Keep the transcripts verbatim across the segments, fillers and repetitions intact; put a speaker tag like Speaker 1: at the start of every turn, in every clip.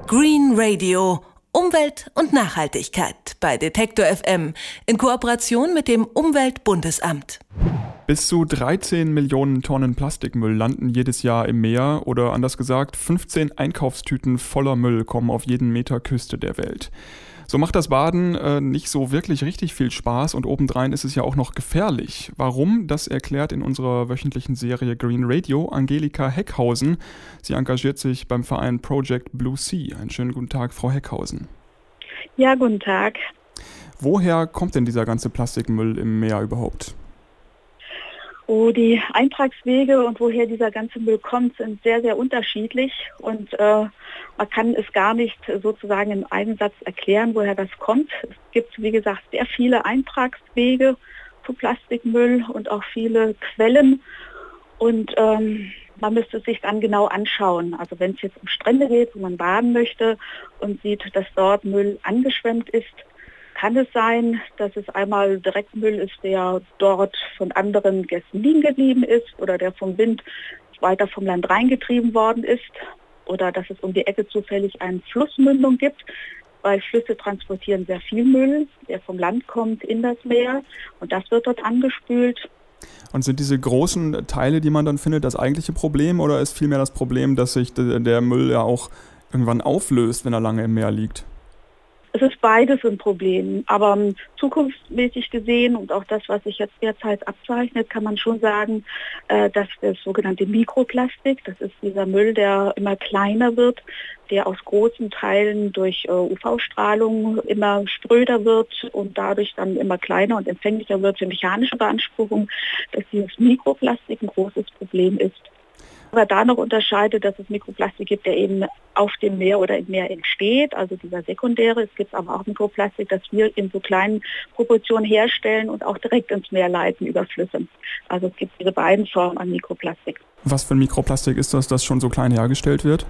Speaker 1: Green Radio. Umwelt und Nachhaltigkeit bei Detektor F M in Kooperation mit dem Umweltbundesamt.
Speaker 2: Bis zu dreizehn Millionen Tonnen Plastikmüll landen jedes Jahr im Meer oder anders gesagt, fünfzehn Einkaufstüten voller Müll kommen auf jeden Meter Küste der Welt. So macht das Baden äh, nicht so wirklich richtig viel Spaß und obendrein ist es ja auch noch gefährlich. Warum? Das erklärt in unserer wöchentlichen Serie Green Radio Angelika Heckhausen. Sie engagiert sich beim Verein Project Blue Sea. Einen schönen guten Tag, Frau Heckhausen.
Speaker 3: Ja, guten Tag.
Speaker 2: Woher kommt denn dieser ganze Plastikmüll im Meer überhaupt?
Speaker 3: Oh, die Eintragswege und woher dieser ganze Müll kommt, sind sehr, sehr unterschiedlich und äh, man kann es gar nicht sozusagen in einem Satz erklären, woher das kommt. Es gibt, wie gesagt, sehr viele Eintragswege zu Plastikmüll und auch viele Quellen und ähm, man müsste es sich dann genau anschauen. Also wenn es jetzt um Strände geht, wo man baden möchte und sieht, dass dort Müll angeschwemmt ist, kann es sein, dass es einmal Direktmüll ist, der dort von anderen Gästen liegen geblieben ist oder der vom Wind weiter vom Land reingetrieben worden ist oder dass es um die Ecke zufällig eine Flussmündung gibt, weil Flüsse transportieren sehr viel Müll, der vom Land kommt in das Meer und das wird dort angespült.
Speaker 2: Und sind diese großen Teile, die man dann findet, das eigentliche Problem oder ist vielmehr das Problem, dass sich der Müll ja auch irgendwann auflöst, wenn er lange im Meer liegt?
Speaker 3: Es ist beides ein Problem, aber um, zukunftsmäßig gesehen und auch das, was sich jetzt derzeit abzeichnet, kann man schon sagen, äh, dass das sogenannte Mikroplastik, das ist dieser Müll, der immer kleiner wird, der aus großen Teilen durch äh, U V-Strahlung immer spröder wird und dadurch dann immer kleiner und empfänglicher wird für mechanische Beanspruchung, dass dieses Mikroplastik ein großes Problem ist. Aber da noch unterscheidet, dass es Mikroplastik gibt, der eben auf dem Meer oder im Meer entsteht, also dieser sekundäre. Es gibt aber auch Mikroplastik, das wir in so kleinen Proportionen herstellen und auch direkt ins Meer leiten über Flüsse. Also es gibt diese beiden Formen an Mikroplastik.
Speaker 2: Was für ein Mikroplastik ist das, das schon so klein hergestellt wird?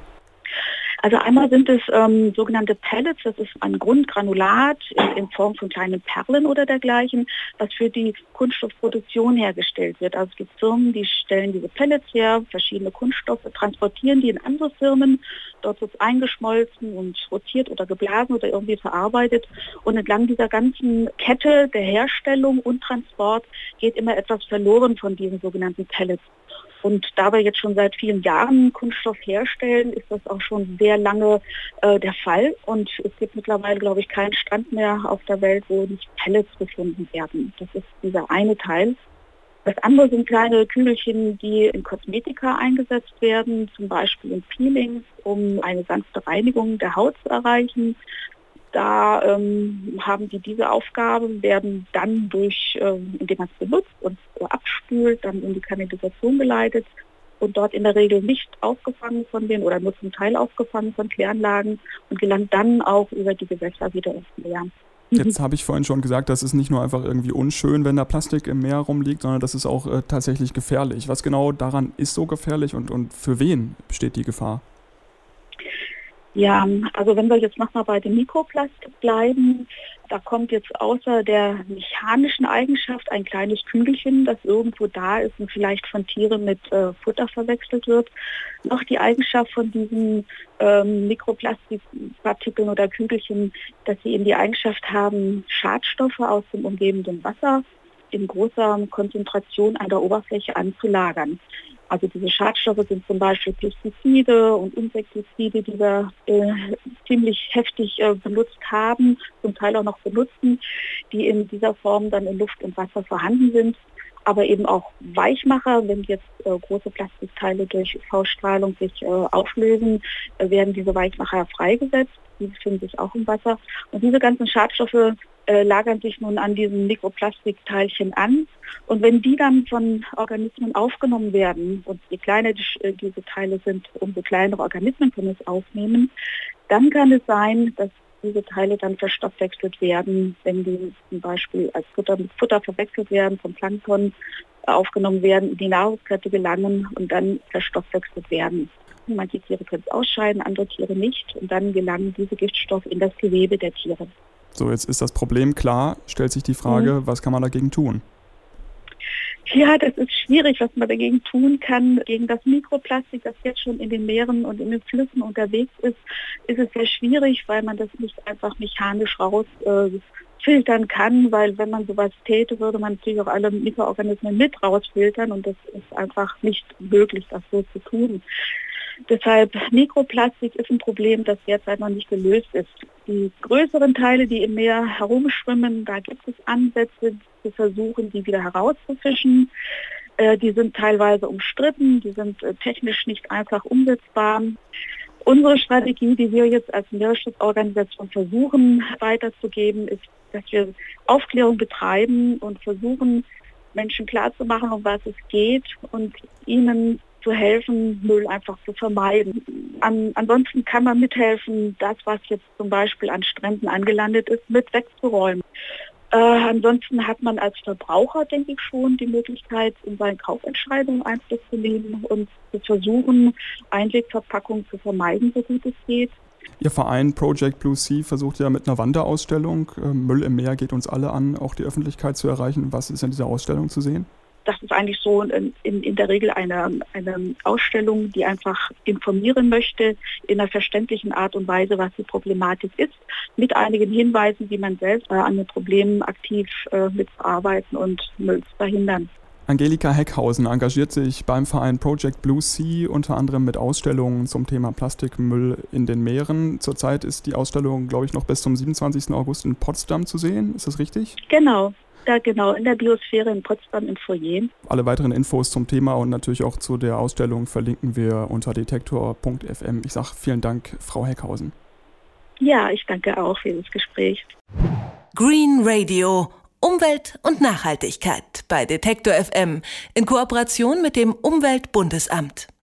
Speaker 3: Also einmal sind es ähm, sogenannte Pellets, das ist ein Grundgranulat in, in Form von kleinen Perlen oder dergleichen, was für die Kunststoffproduktion hergestellt wird. Also es gibt Firmen, die stellen diese Pellets her, verschiedene Kunststoffe, transportieren die in andere Firmen, dort wird es eingeschmolzen und rotiert oder geblasen oder irgendwie verarbeitet und entlang dieser ganzen Kette der Herstellung und Transport geht immer etwas verloren von diesen sogenannten Pellets. Und da wir jetzt schon seit vielen Jahren Kunststoff herstellen, ist das auch schon sehr lange äh, der Fall. Und es gibt mittlerweile, glaube ich, keinen Strand mehr auf der Welt, wo nicht Pellets gefunden werden. Das ist dieser eine Teil. Das andere sind kleine Kügelchen, die in Kosmetika eingesetzt werden, zum Beispiel in Peelings, um eine sanfte Reinigung der Haut zu erreichen. Da ähm, haben die diese Aufgaben, werden dann durch, ähm, indem man es benutzt und abspült, dann in die Kanalisation geleitet und dort in der Regel nicht aufgefangen von den oder nur zum Teil aufgefangen von Kläranlagen und gelangt dann auch über die Gewässer wieder ins Meer.
Speaker 2: Jetzt habe ich vorhin schon gesagt, das ist nicht nur einfach irgendwie unschön, wenn da Plastik im Meer rumliegt, sondern das ist auch äh, tatsächlich gefährlich. Was genau daran ist so gefährlich und, und für wen besteht die Gefahr?
Speaker 3: Ja, also wenn wir jetzt nochmal bei dem Mikroplastik bleiben, da kommt jetzt außer der mechanischen Eigenschaft ein kleines Kügelchen, das irgendwo da ist und vielleicht von Tieren mit äh, Futter verwechselt wird, noch die Eigenschaft von diesen ähm, Mikroplastikpartikeln oder Kügelchen, dass sie eben die Eigenschaft haben, Schadstoffe aus dem umgebenden Wasser in großer Konzentration an der Oberfläche anzulagern. Also diese Schadstoffe sind zum Beispiel Pestizide und Insektizide, die wir äh, ziemlich heftig äh, benutzt haben, zum Teil auch noch benutzen, die in dieser Form dann in Luft und Wasser vorhanden sind. Aber eben auch Weichmacher, wenn jetzt äh, große Plastikteile durch U V-Strahlung sich äh, auflösen, äh, werden diese Weichmacher freigesetzt. Die befinden sich auch im Wasser. Und diese ganzen Schadstoffe äh, lagern sich nun an diesen Mikroplastikteilchen an. Und wenn die dann von Organismen aufgenommen werden, und je kleiner die, äh, diese Teile sind, umso kleinere Organismen können es aufnehmen, dann kann es sein, dass diese Teile dann verstoffwechselt werden, wenn die zum Beispiel als Futter mit Futter verwechselt werden, vom Plankton aufgenommen werden, in die Nahrungskette gelangen und dann verstoffwechselt werden. Manche Tiere können es ausscheiden, andere Tiere nicht und dann gelangen diese Giftstoffe in das Gewebe der Tiere.
Speaker 2: So, jetzt ist das Problem klar, stellt sich die Frage, mhm. was kann man dagegen tun?
Speaker 3: Ja, das ist schwierig, was man dagegen tun kann. Gegen das Mikroplastik, das jetzt schon in den Meeren und in den Flüssen unterwegs ist, ist es sehr schwierig, weil man das nicht einfach mechanisch rausfiltern äh, kann, weil wenn man sowas täte, würde man natürlich auch alle Mikroorganismen mit rausfiltern und das ist einfach nicht möglich, das so zu tun. Deshalb Mikroplastik ist ein Problem, das derzeit noch nicht gelöst ist. Die größeren Teile, die im Meer herumschwimmen, da gibt es Ansätze zu versuchen, die wieder herauszufischen. Äh, die sind teilweise umstritten, die sind äh, technisch nicht einfach umsetzbar. Unsere Strategie, die wir jetzt als Meeresschutzorganisation versuchen weiterzugeben, ist, dass wir Aufklärung betreiben und versuchen, Menschen klarzumachen, um was es geht und ihnen zu helfen, Müll einfach zu vermeiden. An, ansonsten kann man mithelfen, das, was jetzt zum Beispiel an Stränden angelandet ist, mit wegzuräumen. Äh, ansonsten hat man als Verbraucher, denke ich, schon die Möglichkeit, in seinen Kaufentscheidungen Einfluss zu nehmen und zu versuchen, Einwegverpackungen zu vermeiden, so gut es geht.
Speaker 2: Ihr Verein Project Blue Sea versucht ja mit einer Wanderausstellung, äh, Müll im Meer geht uns alle an, auch die Öffentlichkeit zu erreichen. Was ist in dieser Ausstellung zu sehen?
Speaker 3: Das ist eigentlich so in, in, in der Regel eine, eine Ausstellung, die einfach informieren möchte in einer verständlichen Art und Weise, was die Problematik ist, mit einigen Hinweisen, wie man selbst äh, an den Problemen aktiv äh, mitzuarbeiten und Müll zu verhindern.
Speaker 2: Angelika Heckhausen engagiert sich beim Verein Project Blue Sea unter anderem mit Ausstellungen zum Thema Plastikmüll in den Meeren. Zurzeit ist die Ausstellung, glaube ich, noch bis zum siebenundzwanzigsten August in Potsdam zu sehen. Ist das richtig?
Speaker 3: Genau. Ja, genau, in der Biosphäre in Potsdam im Foyer.
Speaker 2: Alle weiteren Infos zum Thema und natürlich auch zu der Ausstellung verlinken wir unter detektor punkt f m. Ich sage vielen Dank, Frau Heckhausen.
Speaker 3: Ja, ich danke auch für das Gespräch.
Speaker 1: Green Radio, Umwelt und Nachhaltigkeit bei Detektor F M in Kooperation mit dem Umweltbundesamt.